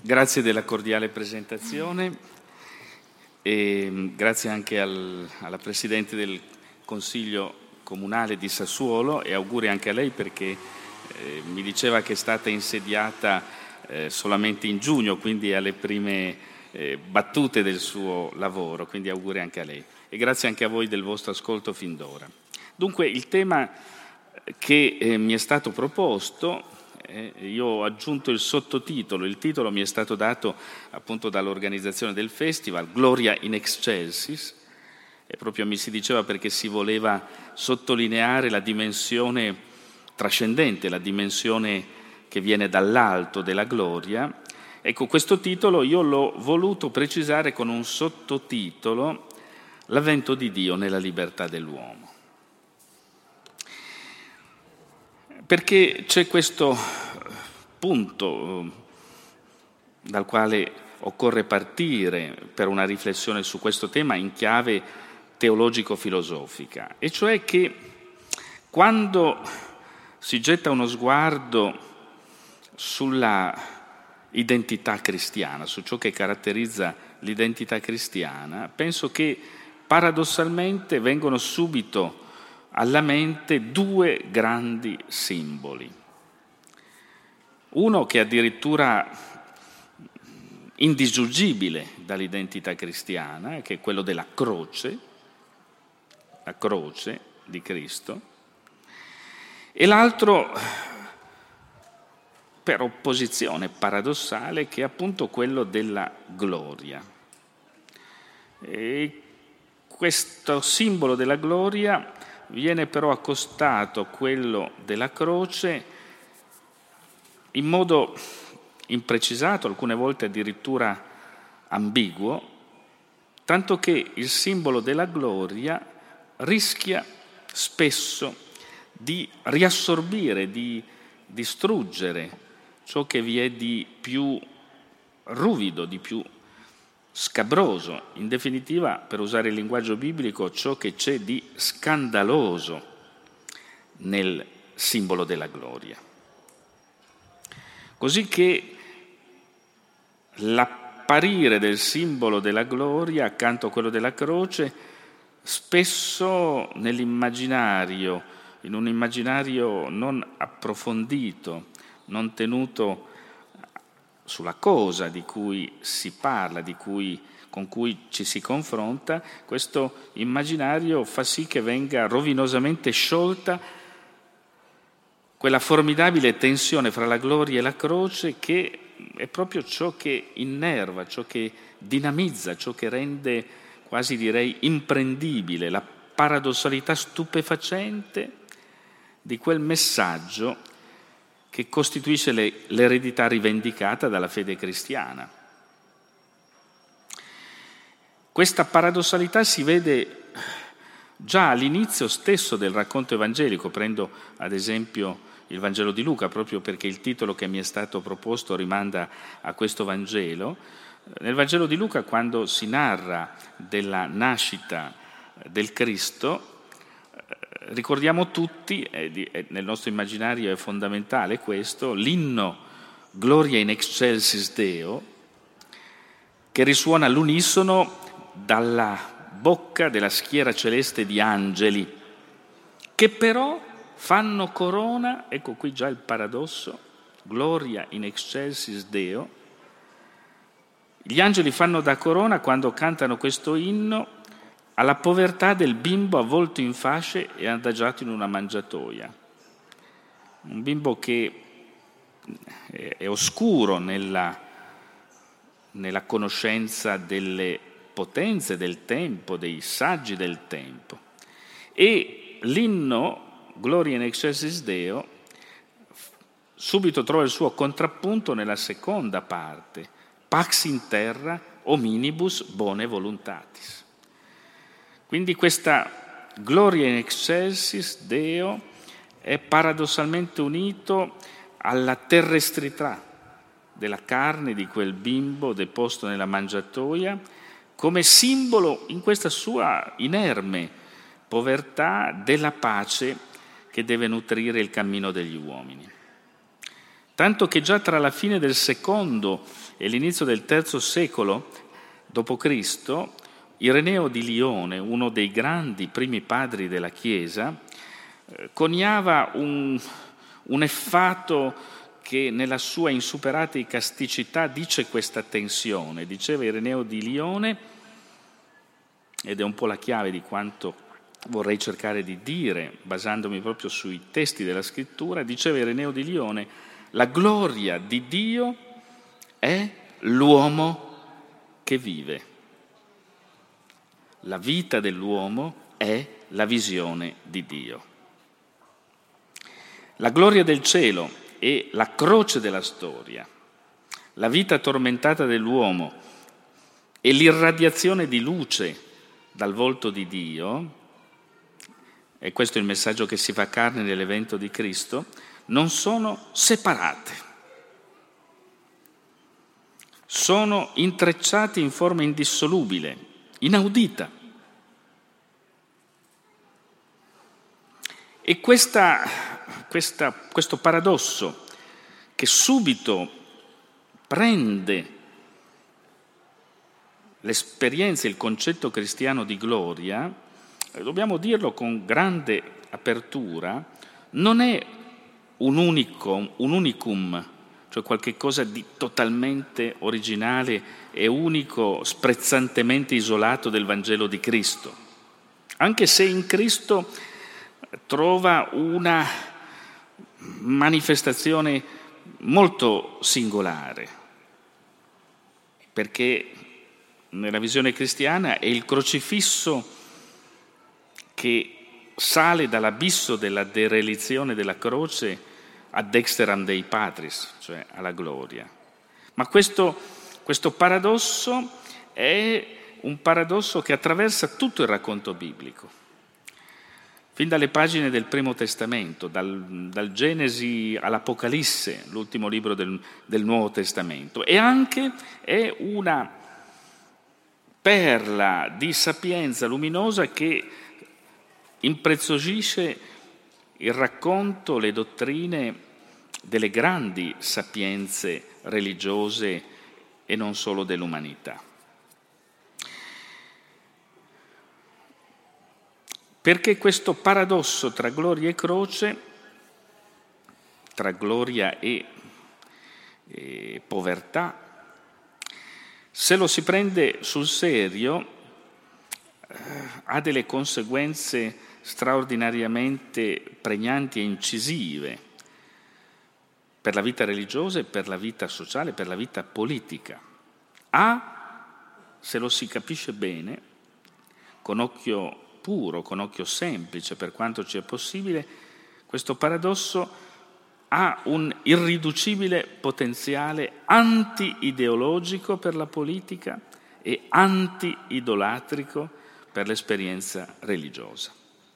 Grazie della cordiale presentazione e grazie anche alla Presidente del Consiglio Comunale di Sassuolo e auguri anche a lei perché mi diceva che è stata insediata solamente in giugno, quindi alle prime battute del suo lavoro, quindi auguri anche a lei. E grazie anche a voi del vostro ascolto fin d'ora. Dunque il tema che mi è stato proposto, io ho aggiunto il sottotitolo, il titolo mi è stato dato appunto dall'organizzazione del festival, Gloria in Excelsis, e proprio mi si diceva perché si voleva sottolineare la dimensione trascendente, la dimensione che viene dall'alto della gloria. Ecco, questo titolo io l'ho voluto precisare con un sottotitolo, L'avvento di Dio nella libertà dell'uomo. Perché c'è questo punto dal quale occorre partire per una riflessione su questo tema in chiave teologico-filosofica, e cioè che quando si getta uno sguardo sulla identità cristiana, su ciò che caratterizza l'identità cristiana, penso che paradossalmente vengono subito alla mente due grandi simboli. Uno che è addirittura indisgiungibile dall'identità cristiana, che è quello della croce, la croce di Cristo, e l'altro per opposizione paradossale, che è appunto quello della gloria. E questo simbolo della gloria viene però accostato a quello della croce in modo imprecisato, alcune volte addirittura ambiguo, tanto che il simbolo della gloria rischia spesso di riassorbire, di distruggere ciò che vi è di più ruvido, di più scabroso, in definitiva, per usare il linguaggio biblico, ciò che c'è di scandaloso nel simbolo della gloria. Così che l'apparire del simbolo della gloria accanto a quello della croce spesso nell'immaginario, in un immaginario non approfondito, non tenuto sulla cosa di cui si parla, con cui ci si confronta, questo immaginario fa sì che venga rovinosamente sciolta quella formidabile tensione fra la gloria e la croce, che è proprio ciò che innerva, ciò che dinamizza, ciò che rende quasi direi imprendibile la paradossalità stupefacente di quel messaggio che costituisce l'eredità rivendicata dalla fede cristiana. Questa paradossalità si vede già all'inizio stesso del racconto evangelico. Prendo ad esempio il Vangelo di Luca, proprio perché il titolo che mi è stato proposto rimanda a questo Vangelo. Nel Vangelo di Luca, quando si narra della nascita del Cristo, ricordiamo tutti, nel nostro immaginario è fondamentale questo, l'inno Gloria in Excelsis Deo, che risuona all'unisono dalla bocca della schiera celeste di angeli, che però fanno corona, ecco qui già il paradosso, Gloria in Excelsis Deo. Gli angeli fanno da corona quando cantano questo inno alla povertà del bimbo avvolto in fasce e adagiato in una mangiatoia. Un bimbo che è oscuro nella conoscenza delle potenze del tempo, dei saggi del tempo. E l'inno Gloria in Excelsis Deo subito trova il suo contrappunto nella seconda parte, Pax in terra hominibus bone voluntatis. Quindi questa Gloria in Excelsis Deo è paradossalmente unito alla terrestrità della carne di quel bimbo deposto nella mangiatoia, come simbolo in questa sua inerme povertà della pace che deve nutrire il cammino degli uomini. tanto che già tra la fine del secondo e l'inizio del III secolo d.C., Ireneo di Lione, uno dei grandi primi padri della Chiesa, coniava un effato che nella sua insuperata icasticità dice questa tensione. Diceva Ireneo di Lione, ed è un po' la chiave di quanto vorrei cercare di dire, basandomi proprio sui testi della Scrittura, diceva Ireneo di Lione: la gloria di Dio è l'uomo che vive. La vita dell'uomo è la visione di Dio. La gloria del cielo è la croce della storia, la vita tormentata dell'uomo e l'irradiazione di luce dal volto di Dio, e questo è il messaggio che si fa carne nell'evento di Cristo, non sono separate, sono intrecciati in forma indissolubile, inaudita. E questo paradosso che subito prende l'esperienza, il concetto cristiano di gloria, dobbiamo dirlo con grande apertura, non è un unicum, cioè qualche cosa di totalmente originale e unico, sprezzantemente isolato del Vangelo di Cristo, anche se in Cristo trova una manifestazione molto singolare, perché nella visione cristiana è il crocifisso che sale dall'abisso della derelizione della croce ad dexteram Dei Patris, cioè alla gloria. Ma questo paradosso è un paradosso che attraversa tutto il racconto biblico, fin dalle pagine del Primo Testamento, dal Genesi all'Apocalisse, l'ultimo libro del Nuovo Testamento, e anche è una perla di sapienza luminosa che impreziosisce il racconto, le dottrine delle grandi sapienze religiose e non solo dell'umanità. Perché questo paradosso tra gloria e croce, tra gloria e povertà, se lo si prende sul serio, ha delle conseguenze straordinariamente pregnanti e incisive per la vita religiosa e per la vita sociale, per la vita politica. Se lo si capisce bene, con occhio puro, con occhio semplice, per quanto ci è possibile, questo paradosso ha un irriducibile potenziale anti-ideologico per la politica e anti-idolatrico per l'esperienza religiosa.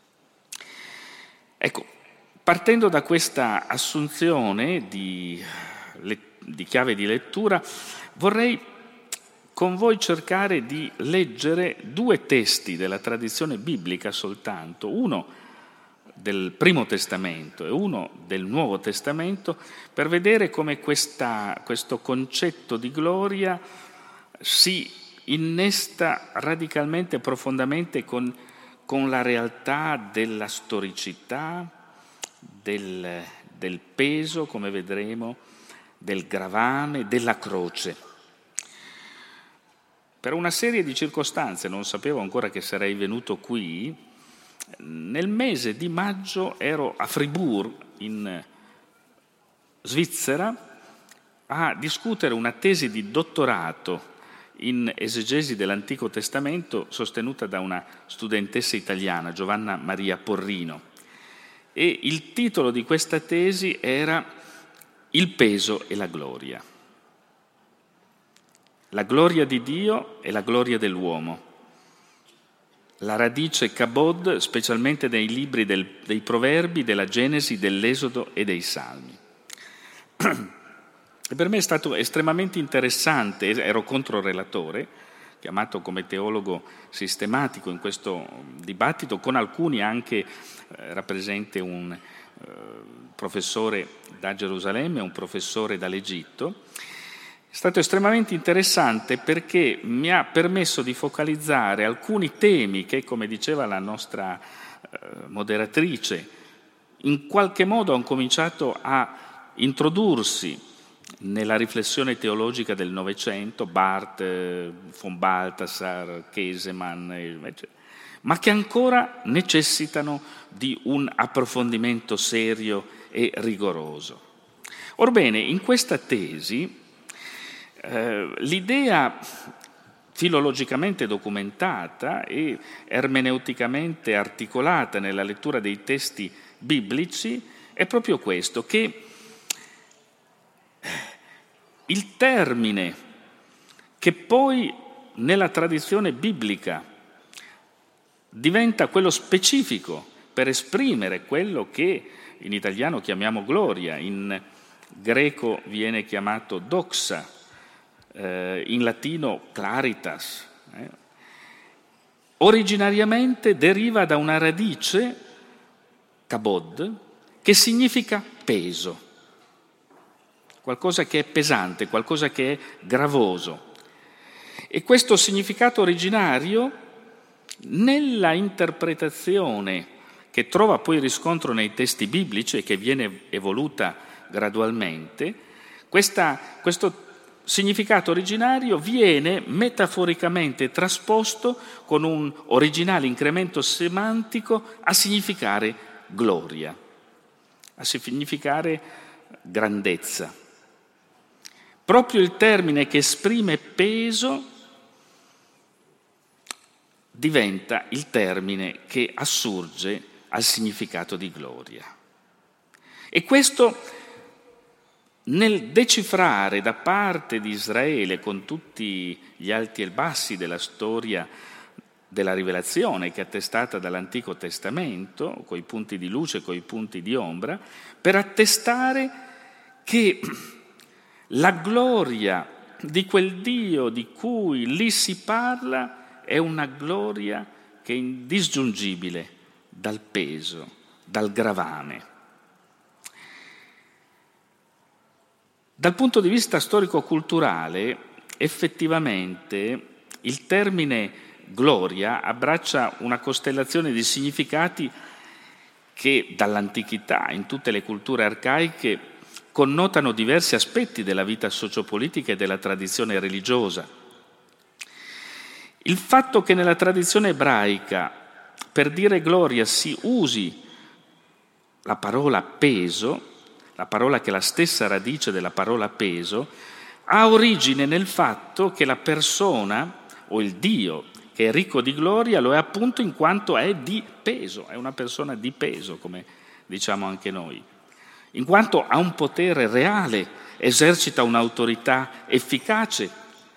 Ecco, partendo da questa assunzione di chiave di lettura, vorrei con voi cercare di leggere due testi della tradizione biblica soltanto, uno del Primo Testamento e uno del Nuovo Testamento, per vedere come questo concetto di gloria si innesta radicalmente e profondamente con la realtà della storicità, del peso, come vedremo, del gravame, della croce. Per una serie di circostanze, non sapevo ancora che sarei venuto qui, nel mese di maggio ero a Fribourg, in Svizzera, a discutere una tesi di dottorato in esegesi dell'Antico Testamento sostenuta da una studentessa italiana, Giovanna Maria Porrino. E il titolo di questa tesi era Il peso e la gloria. La gloria di Dio e la gloria dell'uomo. La radice kabod, specialmente nei libri dei Proverbi, della Genesi, dell'Esodo e dei Salmi. E per me è stato estremamente interessante, ero controrelatore, chiamato come teologo sistematico in questo dibattito, con alcuni anche era presente un professore da Gerusalemme e un professore dall'Egitto. È stato estremamente interessante perché mi ha permesso di focalizzare alcuni temi che, come diceva la nostra moderatrice, in qualche modo hanno cominciato a introdursi nella riflessione teologica del Novecento, Barth, von Balthasar, Käsemann, eccetera, ma che ancora necessitano di un approfondimento serio e rigoroso. Orbene, in questa tesi l'idea filologicamente documentata e ermeneuticamente articolata nella lettura dei testi biblici è proprio questo, che il termine che poi nella tradizione biblica diventa quello specifico per esprimere quello che in italiano chiamiamo gloria, in greco viene chiamato doxa, in latino claritas, originariamente deriva da una radice, kabod, che significa peso, qualcosa che è pesante, qualcosa che è gravoso. E questo significato originario, nella interpretazione che trova poi riscontro nei testi biblici e che viene evoluta gradualmente, questo significato originario viene metaforicamente trasposto con un originale incremento semantico a significare gloria, a significare grandezza. Proprio il termine che esprime peso diventa il termine che assurge al significato di gloria. E questo nel decifrare da parte di Israele, con tutti gli alti e bassi della storia della rivelazione che è attestata dall'Antico Testamento, coi punti di luce, coi punti di ombra, per attestare che la gloria di quel Dio di cui lì si parla è una gloria che è indisgiungibile dal peso, dal gravame. Dal punto di vista storico-culturale, effettivamente il termine gloria abbraccia una costellazione di significati che dall'antichità in tutte le culture arcaiche connotano diversi aspetti della vita sociopolitica e della tradizione religiosa. Il fatto che nella tradizione ebraica per dire gloria si usi la parola peso, la parola che è la stessa radice della parola peso, ha origine nel fatto che la persona o il Dio che è ricco di gloria lo è appunto in quanto è di peso, è una persona di peso, come diciamo anche noi, in quanto ha un potere reale, esercita un'autorità efficace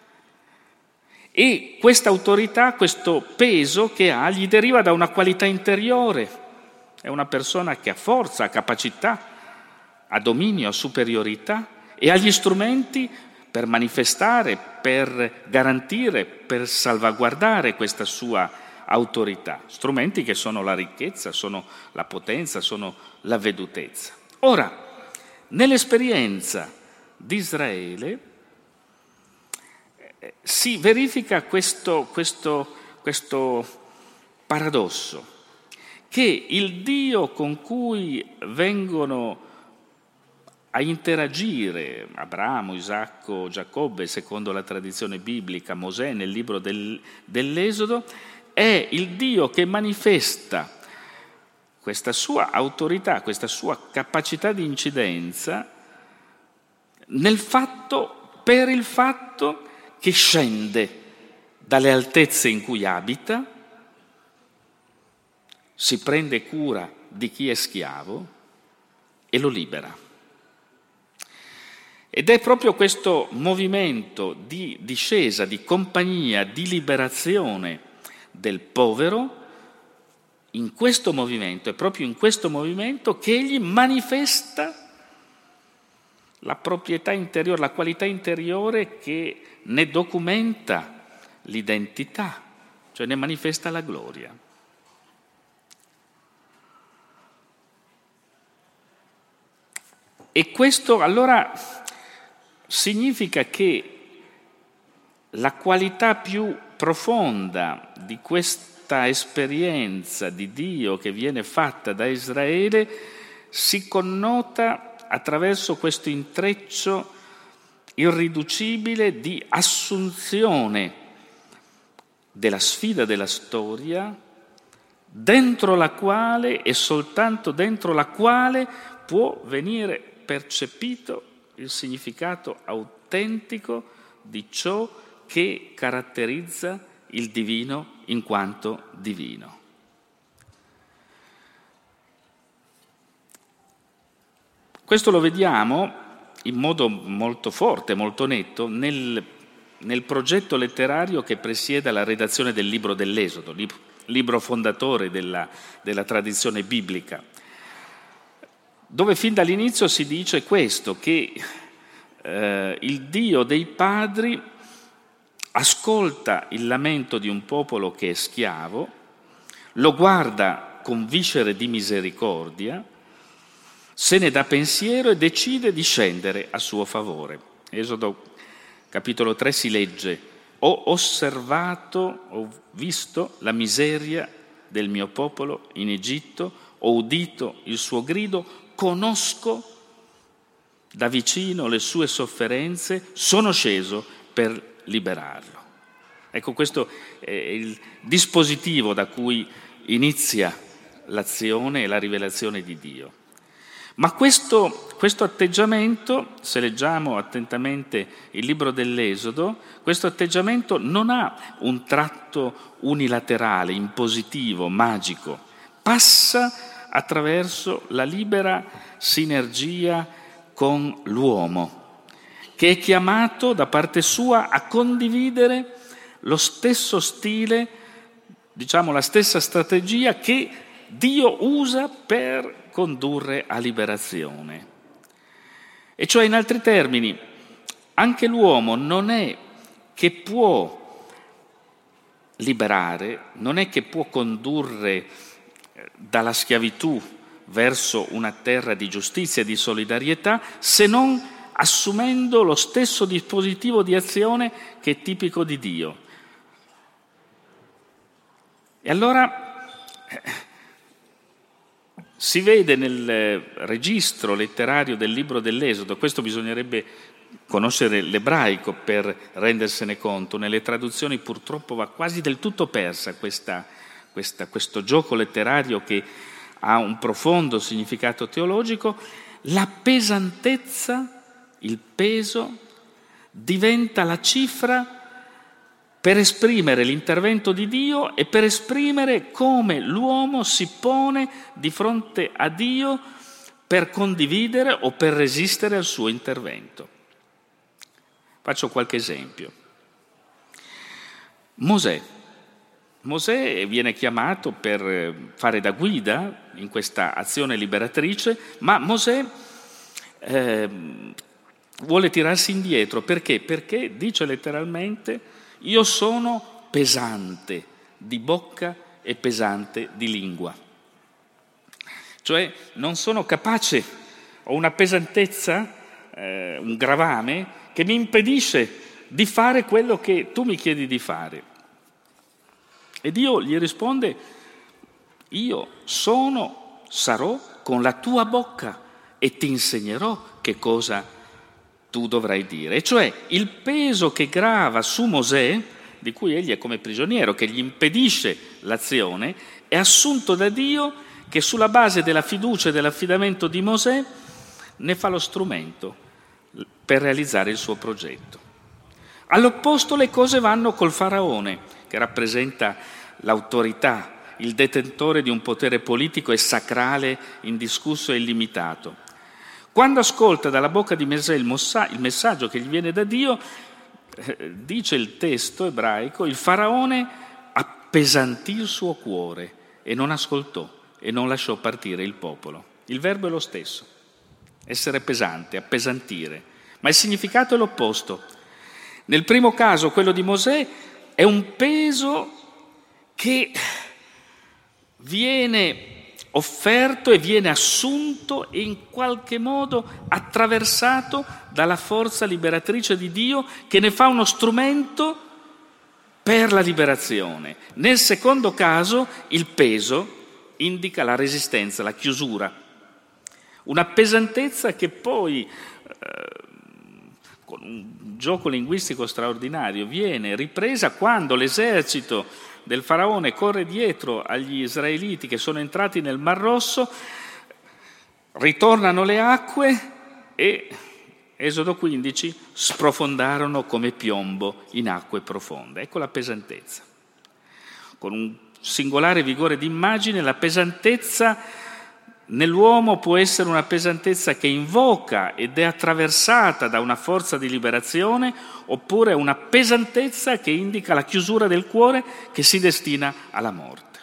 e questa autorità, questo peso che ha, gli deriva da una qualità interiore, è una persona che ha forza, ha capacità, ha dominio, ha superiorità e ha gli strumenti per manifestare, per garantire, per salvaguardare questa sua autorità. Strumenti che sono la ricchezza, sono la potenza, sono la vedutezza. Ora, nell'esperienza di Israele si verifica questo paradosso, che il Dio con cui vengono a interagire Abramo, Isacco, Giacobbe, secondo la tradizione biblica, Mosè nel libro dell'Esodo, è il Dio che manifesta questa sua autorità, questa sua capacità di incidenza per il fatto che scende dalle altezze in cui abita, si prende cura di chi è schiavo e lo libera. Ed è proprio questo movimento di discesa, di compagnia, di liberazione del povero, in questo movimento, è proprio in questo movimento che egli manifesta la proprietà interiore, la qualità interiore che ne documenta l'identità, cioè ne manifesta la gloria. E questo allora significa che la qualità più profonda di questa esperienza di Dio che viene fatta da Israele si connota attraverso questo intreccio irriducibile di assunzione della sfida della storia, dentro la quale e soltanto dentro la quale può venire percepito il significato autentico di ciò che caratterizza il divino in quanto divino. Questo lo vediamo in modo molto forte, molto netto, nel progetto letterario che presiede la redazione del libro dell'Esodo, libro fondatore della tradizione biblica, dove fin dall'inizio si dice questo, che il Dio dei padri ascolta il lamento di un popolo che è schiavo, lo guarda con viscere di misericordia, se ne dà pensiero e decide di scendere a suo favore. Esodo capitolo 3 si legge: ho osservato, ho visto la miseria del mio popolo in Egitto, ho udito il suo grido, conosco da vicino le sue sofferenze, sono sceso per liberarlo. Ecco, questo è il dispositivo da cui inizia l'azione e la rivelazione di Dio. Ma questo atteggiamento, se leggiamo attentamente il libro dell'Esodo, questo atteggiamento non ha un tratto unilaterale, impositivo, magico, passa attraverso la libera sinergia con l'uomo, che è chiamato da parte sua a condividere lo stesso stile, diciamo la stessa strategia che Dio usa per condurre a liberazione. E cioè, in altri termini, anche l'uomo non è che può liberare, non è che può condurre dalla schiavitù verso una terra di giustizia e di solidarietà, se non assumendo lo stesso dispositivo di azione che è tipico di Dio. E allora si vede nel registro letterario del libro dell'Esodo, questo bisognerebbe conoscere l'ebraico per rendersene conto, nelle traduzioni purtroppo va quasi del tutto persa questo gioco letterario che ha un profondo significato teologico. La pesantezza, il peso, diventa la cifra per esprimere l'intervento di Dio e per esprimere come l'uomo si pone di fronte a Dio per condividere o per resistere al suo intervento. Faccio qualche esempio. Mosè viene chiamato per fare da guida in questa azione liberatrice, ma Mosè vuole tirarsi indietro. Perché? Perché dice letteralmente: io sono pesante di bocca e pesante di lingua. Cioè non sono capace, ho una pesantezza, un gravame che mi impedisce di fare quello che tu mi chiedi di fare. E Dio gli risponde: io sarò con la tua bocca e ti insegnerò che cosa tu dovrai dire. E cioè il peso che grava su Mosè, di cui egli è come prigioniero, che gli impedisce l'azione, è assunto da Dio, che sulla base della fiducia e dell'affidamento di Mosè ne fa lo strumento per realizzare il suo progetto. All'opposto le cose vanno col faraone, che rappresenta l'autorità, il detentore di un potere politico e sacrale, indiscusso e illimitato. Quando ascolta dalla bocca di Mosè il messaggio che gli viene da Dio, dice il testo ebraico, il faraone appesantì il suo cuore e non ascoltò e non lasciò partire il popolo. Il verbo è lo stesso, essere pesante, appesantire, ma il significato è l'opposto. Nel primo caso, quello di Mosè, è un peso che viene offerto e viene assunto e in qualche modo attraversato dalla forza liberatrice di Dio, che ne fa uno strumento per la liberazione. Nel secondo caso il peso indica la resistenza, la chiusura, una pesantezza che poi con un gioco linguistico straordinario viene ripresa quando l'esercito del faraone corre dietro agli israeliti che sono entrati nel Mar Rosso, ritornano le acque e, Esodo 15, sprofondarono come piombo in acque profonde. Ecco la pesantezza. Con un singolare vigore d'immagine, la pesantezza nell'uomo può essere una pesantezza che invoca ed è attraversata da una forza di liberazione, oppure una pesantezza che indica la chiusura del cuore che si destina alla morte.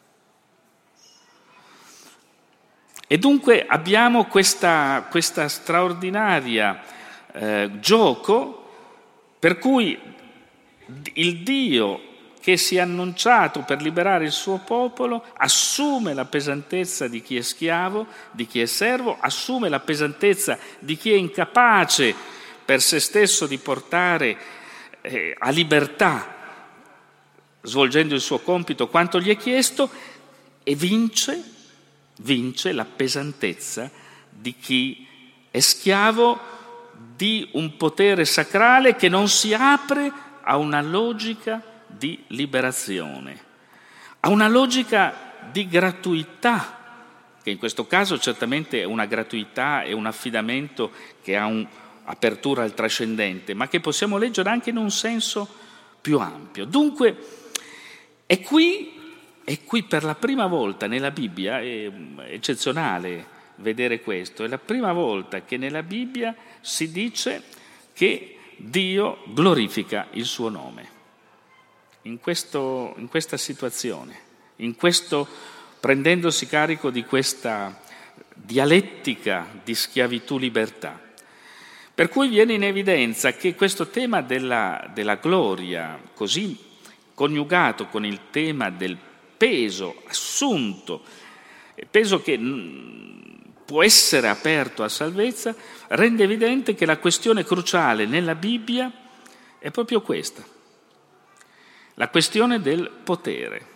E dunque abbiamo questa straordinaria gioco per cui il Dio che si è annunciato per liberare il suo popolo assume la pesantezza di chi è schiavo, di chi è servo, assume la pesantezza di chi è incapace per se stesso di portare a libertà, svolgendo il suo compito quanto gli è chiesto, e vince la pesantezza di chi è schiavo di un potere sacrale che non si apre a una logica di liberazione, a una logica di gratuità, che in questo caso certamente è una gratuità e un affidamento che ha un'apertura al trascendente, ma che possiamo leggere anche in un senso più ampio. Dunque è qui per la prima volta nella Bibbia, è eccezionale vedere questo, è la prima volta che nella Bibbia si dice che Dio glorifica il suo nome. In questa situazione, prendendosi carico di questa dialettica di schiavitù-libertà. Per cui viene in evidenza che questo tema della gloria, così coniugato con il tema del peso assunto, peso che può essere aperto a salvezza, rende evidente che la questione cruciale nella Bibbia è proprio questa. La questione del potere.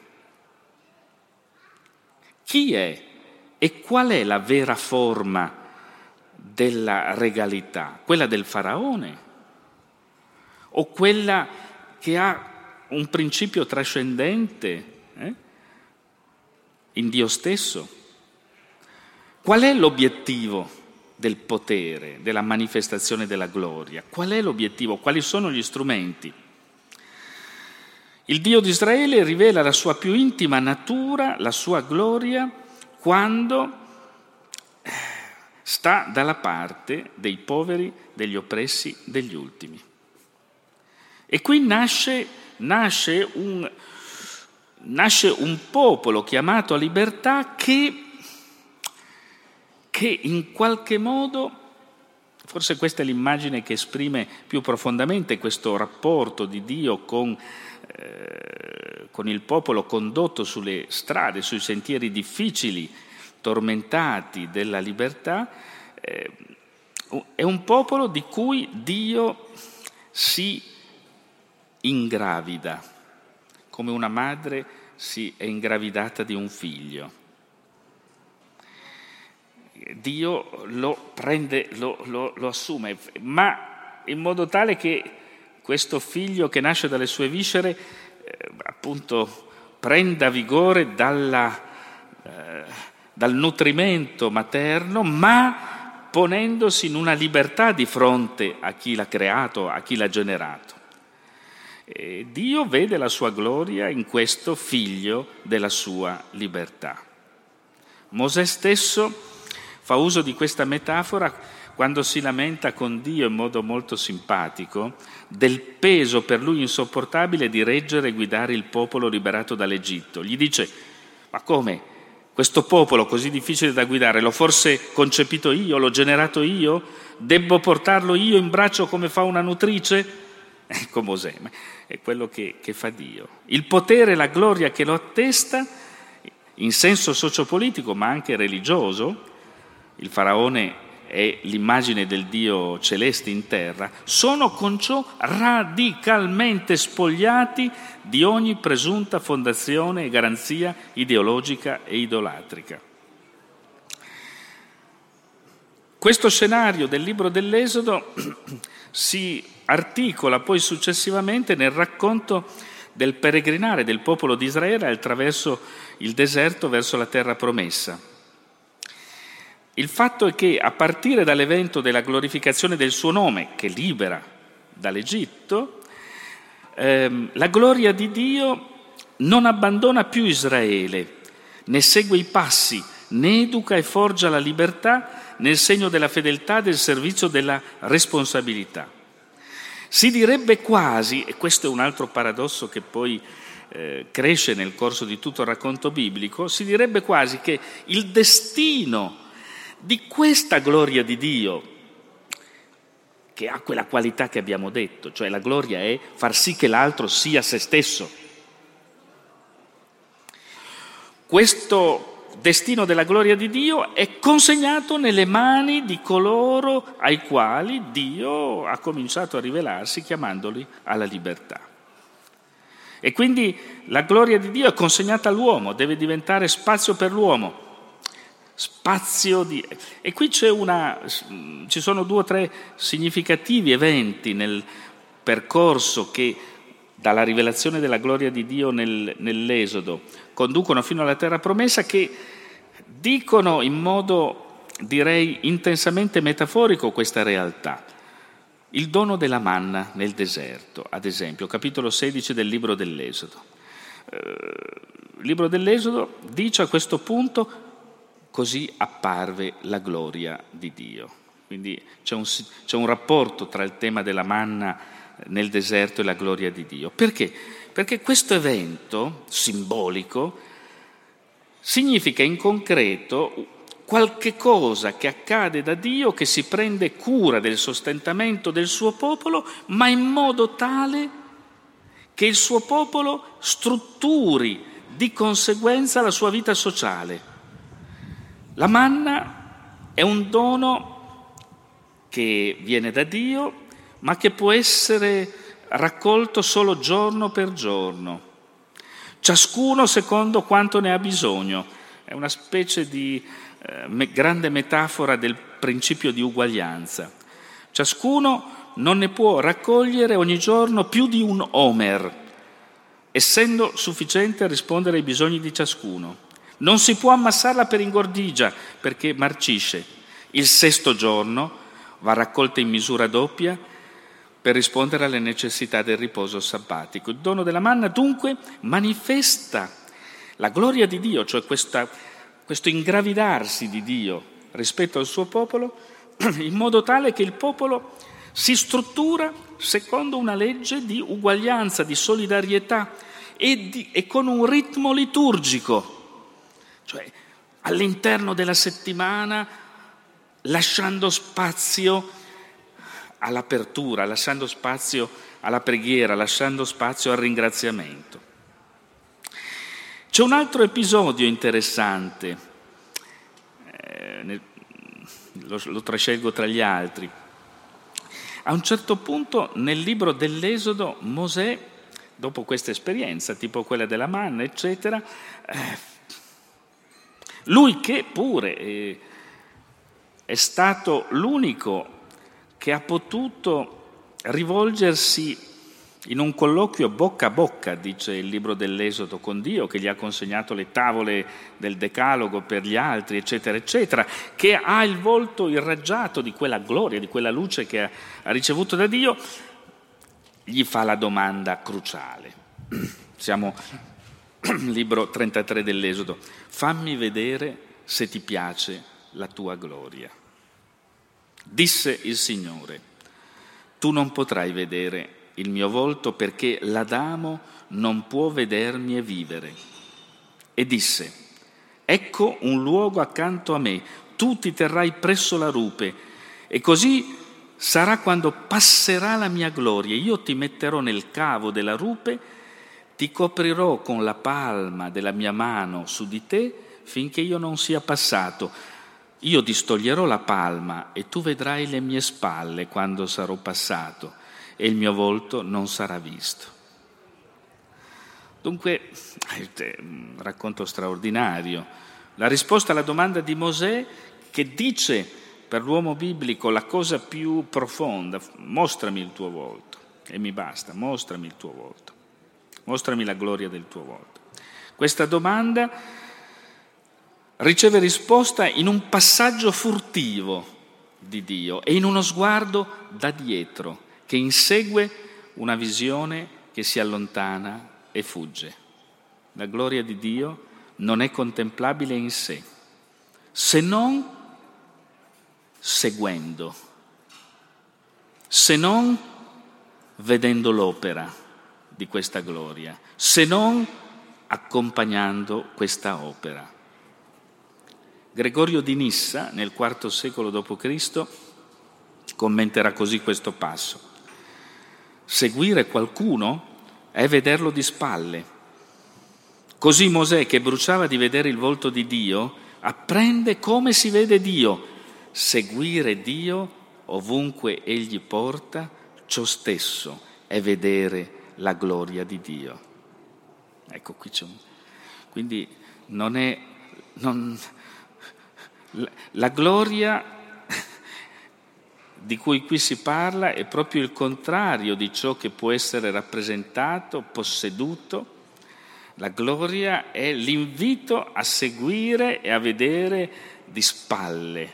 Chi è e qual è la vera forma della regalità? Quella del faraone? O quella che ha un principio trascendente in Dio stesso? Qual è l'obiettivo del potere, della manifestazione della gloria? Qual è l'obiettivo? Quali sono gli strumenti? Il Dio di Israele rivela la sua più intima natura, la sua gloria, quando sta dalla parte dei poveri, degli oppressi, degli ultimi. E qui nasce un popolo chiamato a libertà che in qualche modo, forse questa è l'immagine che esprime più profondamente questo rapporto di Dio con il popolo condotto sulle strade, sui sentieri difficili, tormentati della libertà, è un popolo di cui Dio si ingravida, come una madre si è ingravidata di un figlio. Dio lo prende, lo assume, ma in modo tale che questo figlio che nasce dalle sue viscere appunto prenda vigore dal nutrimento materno, ma ponendosi in una libertà di fronte a chi l'ha creato, a chi l'ha generato. E Dio vede la sua gloria in questo figlio della sua libertà. Mosè stesso fa uso di questa metafora quando si lamenta con Dio in modo molto simpatico del peso per lui insopportabile di reggere e guidare il popolo liberato dall'Egitto. Gli dice: ma come? Questo popolo così difficile da guidare l'ho forse concepito io, l'ho generato io? Debbo portarlo io in braccio come fa una nutrice? Ecco Mosè, è quello che fa Dio. Il potere e la gloria che lo attesta in senso sociopolitico ma anche religioso, il faraone è l'immagine del Dio celeste in terra, sono con ciò radicalmente spogliati di ogni presunta fondazione e garanzia ideologica e idolatrica. Questo scenario del libro dell'Esodo si articola poi successivamente nel racconto del peregrinare del popolo di Israele attraverso il deserto verso la terra promessa. Il fatto è che a partire dall'evento della glorificazione del suo nome, che libera dall'Egitto, la gloria di Dio non abbandona più Israele, ne segue i passi, ne educa e forgia la libertà nel segno della fedeltà, del servizio, della responsabilità. Si direbbe quasi, e questo è un altro paradosso che poi cresce nel corso di tutto il racconto biblico, si direbbe quasi che il destino di questa gloria di Dio, che ha quella qualità che abbiamo detto, cioè la gloria è far sì che l'altro sia se stesso. Questo destino della gloria di Dio è consegnato nelle mani di coloro ai quali Dio ha cominciato a rivelarsi chiamandoli alla libertà. E quindi la gloria di Dio è consegnata all'uomo, deve diventare spazio per l'uomo. E qui ci sono 2 o 3 significativi eventi nel percorso che dalla rivelazione della gloria di Dio nell'Esodo conducono fino alla terra promessa, che dicono in modo, direi, intensamente metaforico questa realtà. Il dono della manna nel deserto, ad esempio, capitolo 16 del libro dell'Esodo. Il libro dell'Esodo dice a questo punto: così apparve la gloria di Dio. Quindi c'è un rapporto tra il tema della manna nel deserto e la gloria di Dio. Perché? Perché questo evento simbolico significa in concreto qualche cosa che accade da Dio, che si prende cura del sostentamento del suo popolo, ma in modo tale che il suo popolo strutturi di conseguenza la sua vita sociale. La manna è un dono che viene da Dio, ma che può essere raccolto solo giorno per giorno, ciascuno secondo quanto ne ha bisogno. È una specie di grande metafora del principio di uguaglianza. Ciascuno non ne può raccogliere ogni giorno più di un omer, essendo sufficiente a rispondere ai bisogni di ciascuno. Non si può ammassarla per ingordigia, perché marcisce. Il 6° giorno va raccolta in misura doppia per rispondere alle necessità del riposo sabbatico. Il dono della manna dunque manifesta la gloria di Dio, cioè questo ingravidarsi di Dio rispetto al suo popolo, in modo tale che il popolo si struttura secondo una legge di uguaglianza, di solidarietà e con un ritmo liturgico. Cioè all'interno della settimana, lasciando spazio all'apertura, lasciando spazio alla preghiera, lasciando spazio al ringraziamento. C'è un altro episodio interessante, lo trascelgo tra gli altri. A un certo punto nel libro dell'Esodo Mosè, dopo questa esperienza, tipo quella della manna, eccetera, lui che pure è stato l'unico che ha potuto rivolgersi in un colloquio bocca a bocca, dice il libro dell'Esodo, con Dio, che gli ha consegnato le tavole del Decalogo per gli altri, eccetera, eccetera, che ha il volto irraggiato di quella gloria, di quella luce che ha ricevuto da Dio, gli fa la domanda cruciale. Siamo libro 33 dell'Esodo: fammi vedere se ti piace la tua gloria. Disse il Signore: tu non potrai vedere il mio volto, perché l'Adamo non può vedermi e vivere. E disse: ecco un luogo accanto a me, tu ti terrai presso la rupe, e così sarà quando passerà la mia gloria. Io ti metterò nel cavo della rupe, ti coprirò con la palma della mia mano su di te finché io non sia passato. Io distoglierò la palma e tu vedrai le mie spalle quando sarò passato e il mio volto non sarà visto. Dunque, è un racconto straordinario. La risposta alla domanda di Mosè, che dice per l'uomo biblico la cosa più profonda: mostrami il tuo volto, e mi basta, mostrami il tuo volto, mostrami la gloria del tuo volto. Questa domanda riceve risposta in un passaggio furtivo di Dio e in uno sguardo da dietro che insegue una visione che si allontana e fugge. La gloria di Dio non è contemplabile in sé, se non seguendo, se non vedendo l'opera di questa gloria, se non accompagnando questa opera. Gregorio di Nissa, nel IV secolo d.C., commenterà così questo passo: seguire qualcuno è vederlo di spalle. Così Mosè, che bruciava di vedere il volto di Dio, apprende come si vede Dio. Seguire Dio ovunque Egli porta, ciò stesso è vedere la gloria di Dio. Ecco, qui c'è quindi la gloria di cui qui si parla è proprio il contrario di ciò che può essere rappresentato, posseduto. La gloria è l'invito a seguire e a vedere di spalle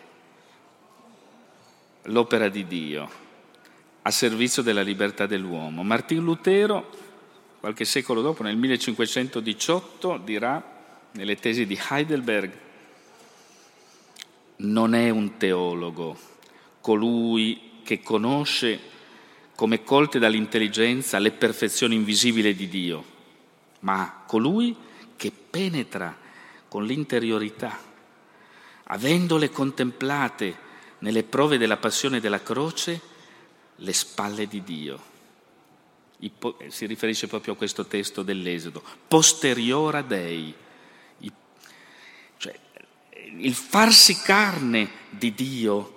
l'opera di Dio a servizio della libertà dell'uomo. Martin Lutero, qualche secolo dopo, nel 1518, dirà nelle tesi di Heidelberg: non è un teologo colui che conosce come colte dall'intelligenza le perfezioni invisibili di Dio, ma colui che penetra con l'interiorità, avendole contemplate nelle prove della passione della croce, le spalle di Dio. Si riferisce proprio a questo testo dell'Esodo: posteriora Dei, cioè il farsi carne di Dio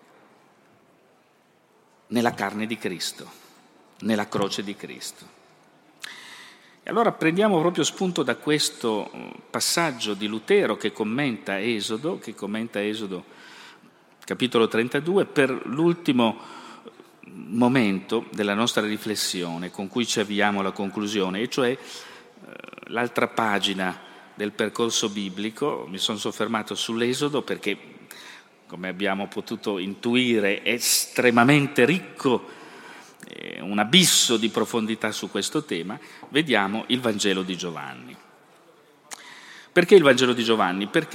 nella carne di Cristo, nella croce di Cristo. E allora prendiamo proprio spunto da questo passaggio di Lutero che commenta Esodo capitolo 32, per l'ultimo momento della nostra riflessione con cui ci avviamo alla conclusione, e cioè l'altra pagina del percorso biblico. Mi sono soffermato sull'Esodo perché, come abbiamo potuto intuire, è estremamente ricco, un abisso di profondità su questo tema. Vediamo il Vangelo di Giovanni. Perché il Vangelo di Giovanni? Perché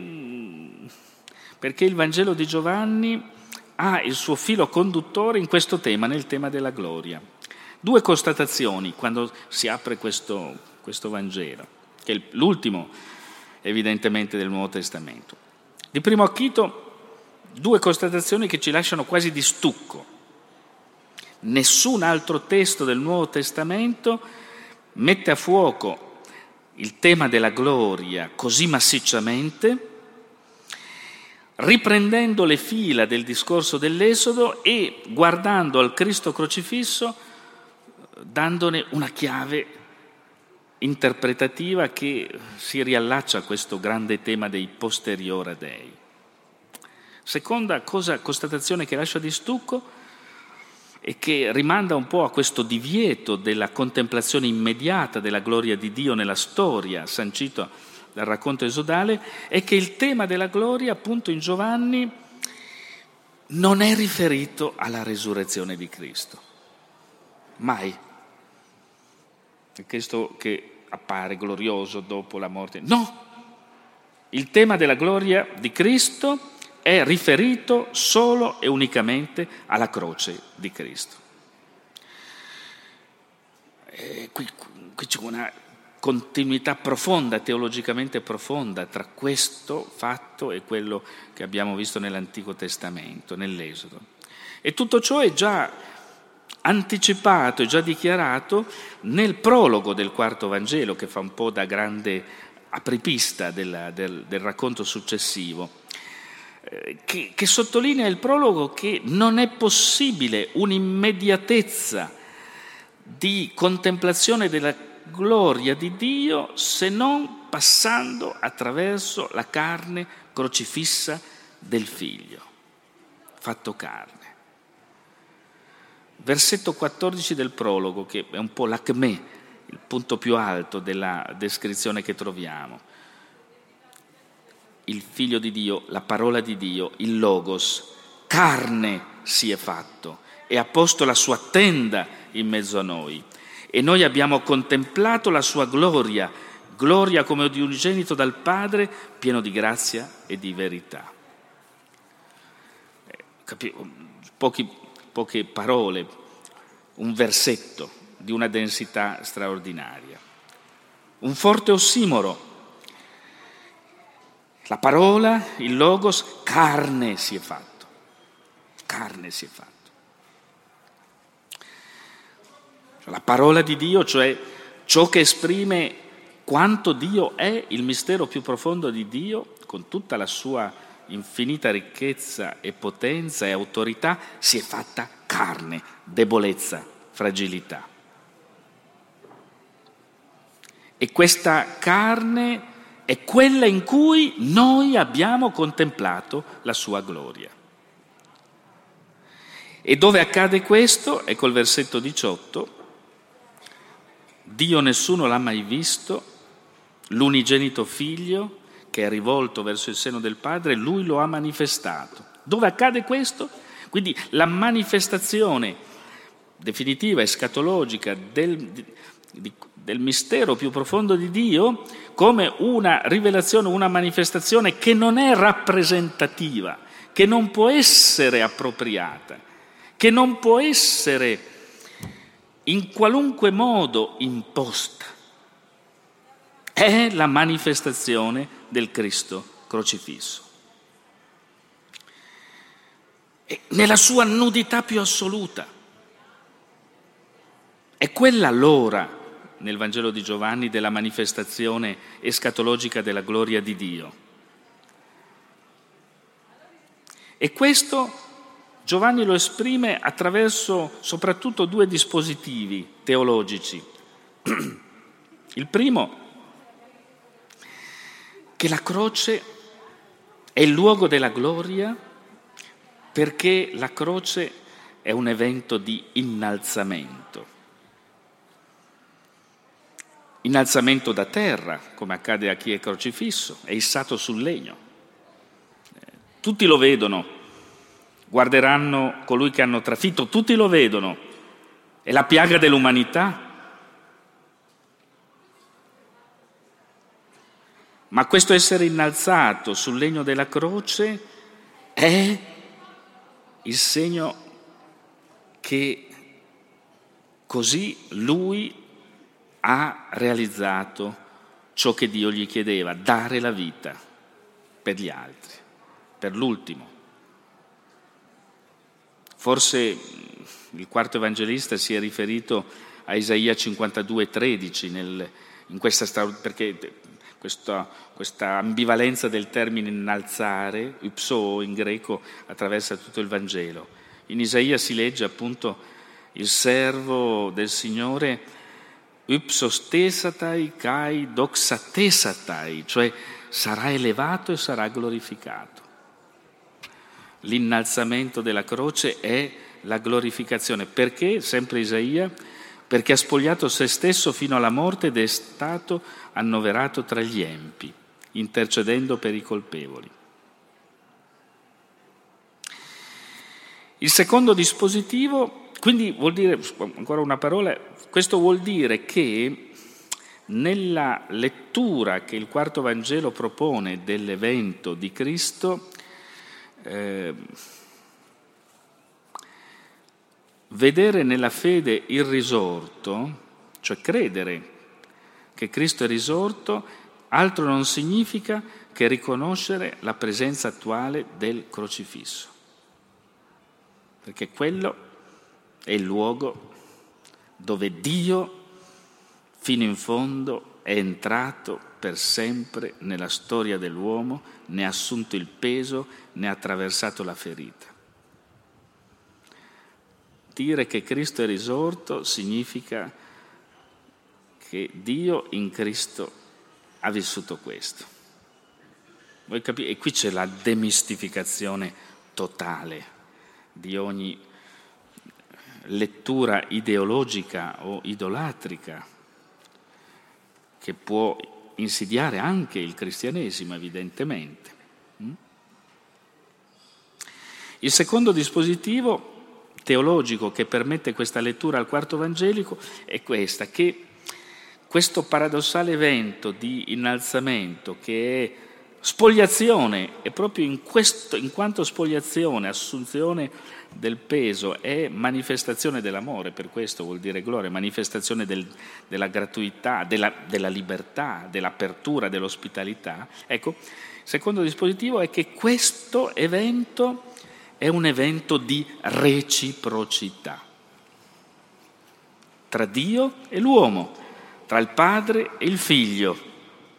il Vangelo di Giovanni ha il suo filo conduttore in questo tema, nel tema della gloria. Due constatazioni quando si apre questo Vangelo, che è l'ultimo evidentemente del Nuovo Testamento. Di primo acchito, due constatazioni che ci lasciano quasi di stucco. Nessun altro testo del Nuovo Testamento mette a fuoco il tema della gloria così massicciamente, riprendendo le fila del discorso dell'Esodo e guardando al Cristo crocifisso, dandone una chiave interpretativa che si riallaccia a questo grande tema dei posteriora Dei. Seconda constatazione che lascia di stucco e che rimanda un po' a questo divieto della contemplazione immediata della gloria di Dio nella storia sancito dal racconto esodale, è che il tema della gloria, appunto, in Giovanni non è riferito alla resurrezione di Cristo. Mai. È questo che appare glorioso dopo la morte. No! Il tema della gloria di Cristo è riferito solo e unicamente alla croce di Cristo. Qui c'è una continuità profonda, teologicamente profonda, tra questo fatto e quello che abbiamo visto nell'Antico Testamento, nell'Esodo. E tutto ciò è già anticipato e già dichiarato nel prologo del quarto Vangelo, che fa un po' da grande apripista del racconto successivo, che sottolinea il prologo che non è possibile un'immediatezza di contemplazione della gloria di Dio se non passando attraverso la carne crocifissa del Figlio, fatto carne. Versetto 14 del prologo, che è un po' l'acmè, il punto più alto della descrizione che troviamo. Il Figlio di Dio, la parola di Dio, il Logos, carne si è fatto e ha posto la sua tenda in mezzo a noi. E noi abbiamo contemplato la sua gloria, gloria come di unigenito dal Padre, pieno di grazia e di verità. Poche parole, un versetto di una densità straordinaria. Un forte ossimoro. La parola, il Logos, carne si è fatto. Carne si è fatto. La parola di Dio, cioè ciò che esprime quanto Dio è, il mistero più profondo di Dio, con tutta la sua infinita ricchezza e potenza e autorità, si è fatta carne, debolezza, fragilità. E questa carne è quella in cui noi abbiamo contemplato la sua gloria. E dove accade questo? Ecco il versetto 18. Dio nessuno l'ha mai visto, l'unigenito Figlio che è rivolto verso il seno del Padre, Lui lo ha manifestato. Dove accade questo? Quindi la manifestazione definitiva, escatologica del mistero più profondo di Dio come una rivelazione, una manifestazione che non è rappresentativa, che non può essere appropriata, che non può essere in qualunque modo imposta. È la manifestazione del Cristo crocifisso. E nella sua nudità più assoluta. È quella l'ora, nel Vangelo di Giovanni, della manifestazione escatologica della gloria di Dio. E questo Giovanni lo esprime attraverso soprattutto due dispositivi teologici. Il primo, che la croce è il luogo della gloria perché la croce è un evento di innalzamento. Innalzamento da terra, come accade a chi è crocifisso, è issato sul legno. Tutti lo vedono. Guarderanno colui che hanno trafitto, tutti lo vedono, è la piaga dell'umanità. Ma questo essere innalzato sul legno della croce è il segno che così lui ha realizzato ciò che Dio gli chiedeva, dare la vita per gli altri, per l'ultimo. Forse il quarto evangelista si è riferito a Isaia 52,13 perché questa ambivalenza del termine innalzare, ipso in greco, attraversa tutto il Vangelo. In Isaia si legge appunto il servo del Signore ipsos tesatai kai doxatesatai, cioè sarà elevato e sarà glorificato. L'innalzamento della croce è la glorificazione. Perché? Sempre Isaia, perché ha spogliato se stesso fino alla morte ed è stato annoverato tra gli empi, intercedendo per i colpevoli. Il secondo dispositivo, quindi vuol dire, ancora una parola, questo vuol dire che nella lettura che il quarto Vangelo propone dell'evento di Cristo, vedere nella fede il risorto, cioè credere che Cristo è risorto, altro non significa che riconoscere la presenza attuale del crocifisso, perché quello è il luogo dove Dio fino in fondo è entrato per sempre nella storia dell'uomo, ne ha assunto il peso, ne ha attraversato la ferita. Dire che Cristo è risorto significa che Dio in Cristo ha vissuto questo. Voi capite? E qui c'è la demistificazione totale di ogni lettura ideologica o idolatrica che può insidiare anche il cristianesimo, evidentemente. Il secondo dispositivo teologico che permette questa lettura al quarto vangelico è questa, che questo paradossale evento di innalzamento, che è spogliazione, e proprio in quanto spogliazione, assunzione del peso, è manifestazione dell'amore, per questo vuol dire gloria, manifestazione della gratuità, della libertà, dell'apertura, dell'ospitalità. Ecco, il secondo dispositivo è che questo evento è un evento di reciprocità tra Dio e l'uomo, tra il Padre e il Figlio.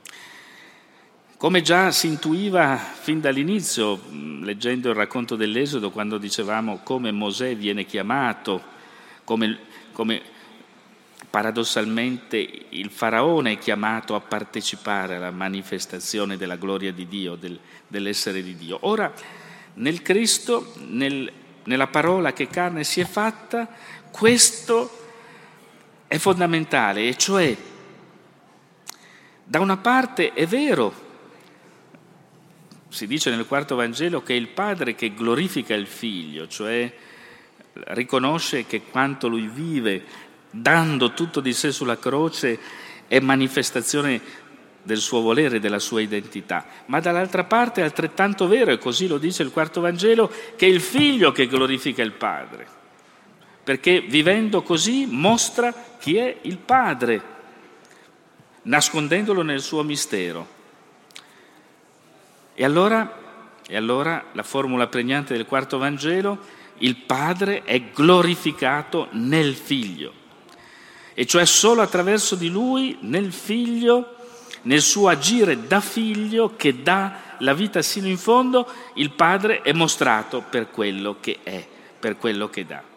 Come già si intuiva fin dall'inizio, leggendo il racconto dell'Esodo, quando dicevamo come Mosè viene chiamato, come paradossalmente il faraone è chiamato a partecipare alla manifestazione della gloria di Dio, dell'essere di Dio. Ora, nel Cristo, nella parola che carne si è fatta, questo è fondamentale, e cioè, da una parte è vero, si dice nel quarto Vangelo che è il Padre che glorifica il Figlio, cioè riconosce che quanto Lui vive, dando tutto di sé sulla croce, è manifestazione del suo volere, della sua identità. Ma dall'altra parte è altrettanto vero, e così lo dice il quarto Vangelo, che è il Figlio che glorifica il Padre, perché vivendo così mostra chi è il Padre, nascondendolo nel suo mistero. E allora la formula pregnante del quarto Vangelo: il Padre è glorificato nel Figlio, e cioè solo attraverso di Lui, nel Figlio, nel suo agire da Figlio che dà la vita sino in fondo, il Padre è mostrato per quello che è, per quello che dà.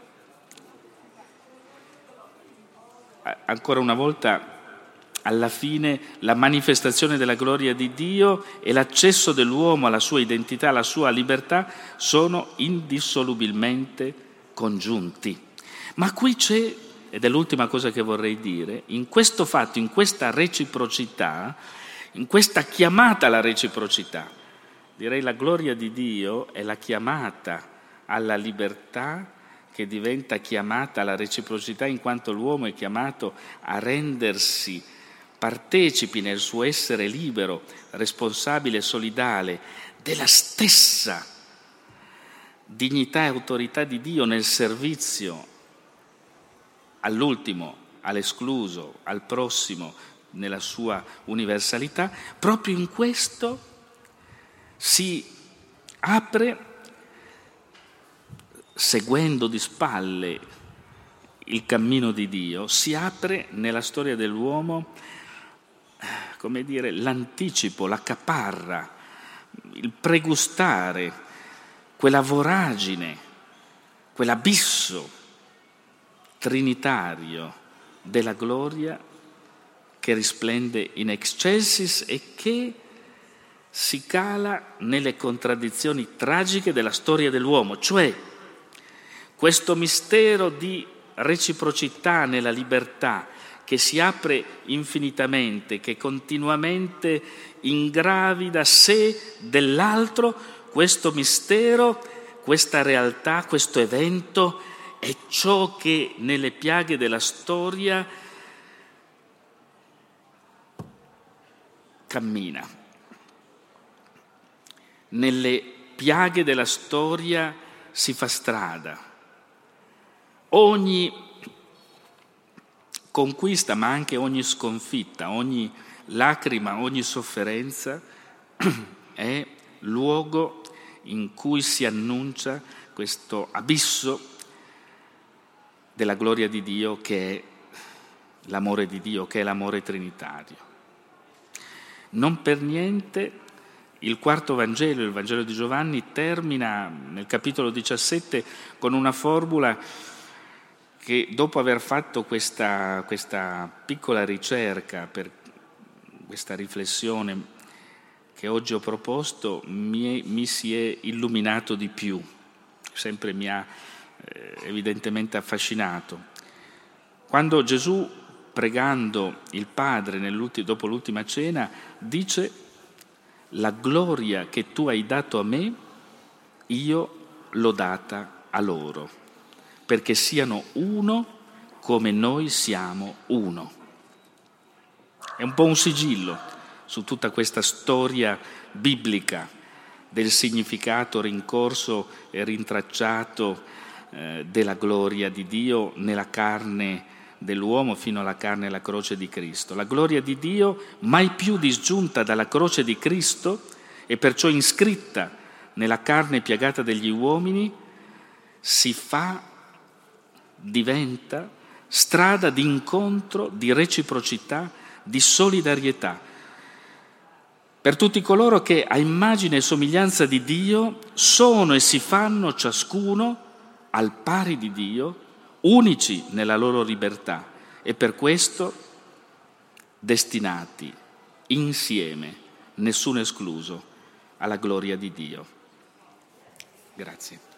Ancora una volta, alla fine, la manifestazione della gloria di Dio e l'accesso dell'uomo alla sua identità, alla sua libertà, sono indissolubilmente congiunti. Ma qui c'è, ed è l'ultima cosa che vorrei dire, in questo fatto, in questa reciprocità, in questa chiamata alla reciprocità, direi la gloria di Dio è la chiamata alla libertà che diventa chiamata alla reciprocità, in quanto l'uomo è chiamato a rendersi partecipi nel suo essere libero, responsabile e solidale della stessa dignità e autorità di Dio nel servizio all'ultimo, all'escluso, al prossimo, nella sua universalità. Proprio in questo si apre, seguendo di spalle il cammino di Dio, si apre nella storia dell'uomo, come dire, l'anticipo, la caparra, il pregustare, quella voragine, quell'abisso trinitario della gloria che risplende in excelsis e che si cala nelle contraddizioni tragiche della storia dell'uomo, cioè questo mistero di reciprocità nella libertà che si apre infinitamente, che continuamente ingravida sé dell'altro. Questo mistero, questa realtà, questo evento è ciò che nelle piaghe della storia cammina. Nelle piaghe della storia si fa strada. Ogni conquista, ma anche ogni sconfitta, ogni lacrima, ogni sofferenza è luogo in cui si annuncia questo abisso della gloria di Dio che è l'amore di Dio, che è l'amore trinitario. Non per niente il quarto Vangelo, il Vangelo di Giovanni, termina nel capitolo 17 con una formula che, dopo aver fatto questa piccola ricerca per questa riflessione che oggi ho proposto, mi si è illuminato di più, sempre mi ha evidentemente affascinato. Quando Gesù, pregando il Padre dopo l'ultima cena, dice: la gloria che tu hai dato a me, io l'ho data a loro, perché siano uno come noi siamo uno. È un po' un sigillo su tutta questa storia biblica del significato rincorso e rintracciato della gloria di Dio nella carne dell'uomo fino alla carne e alla croce di Cristo. La gloria di Dio, mai più disgiunta dalla croce di Cristo e perciò iscritta nella carne piagata degli uomini, diventa strada di incontro, di reciprocità, di solidarietà per tutti coloro che a immagine e somiglianza di Dio sono e si fanno ciascuno al pari di Dio, unici nella loro libertà e per questo destinati insieme, nessuno escluso, alla gloria di Dio. Grazie.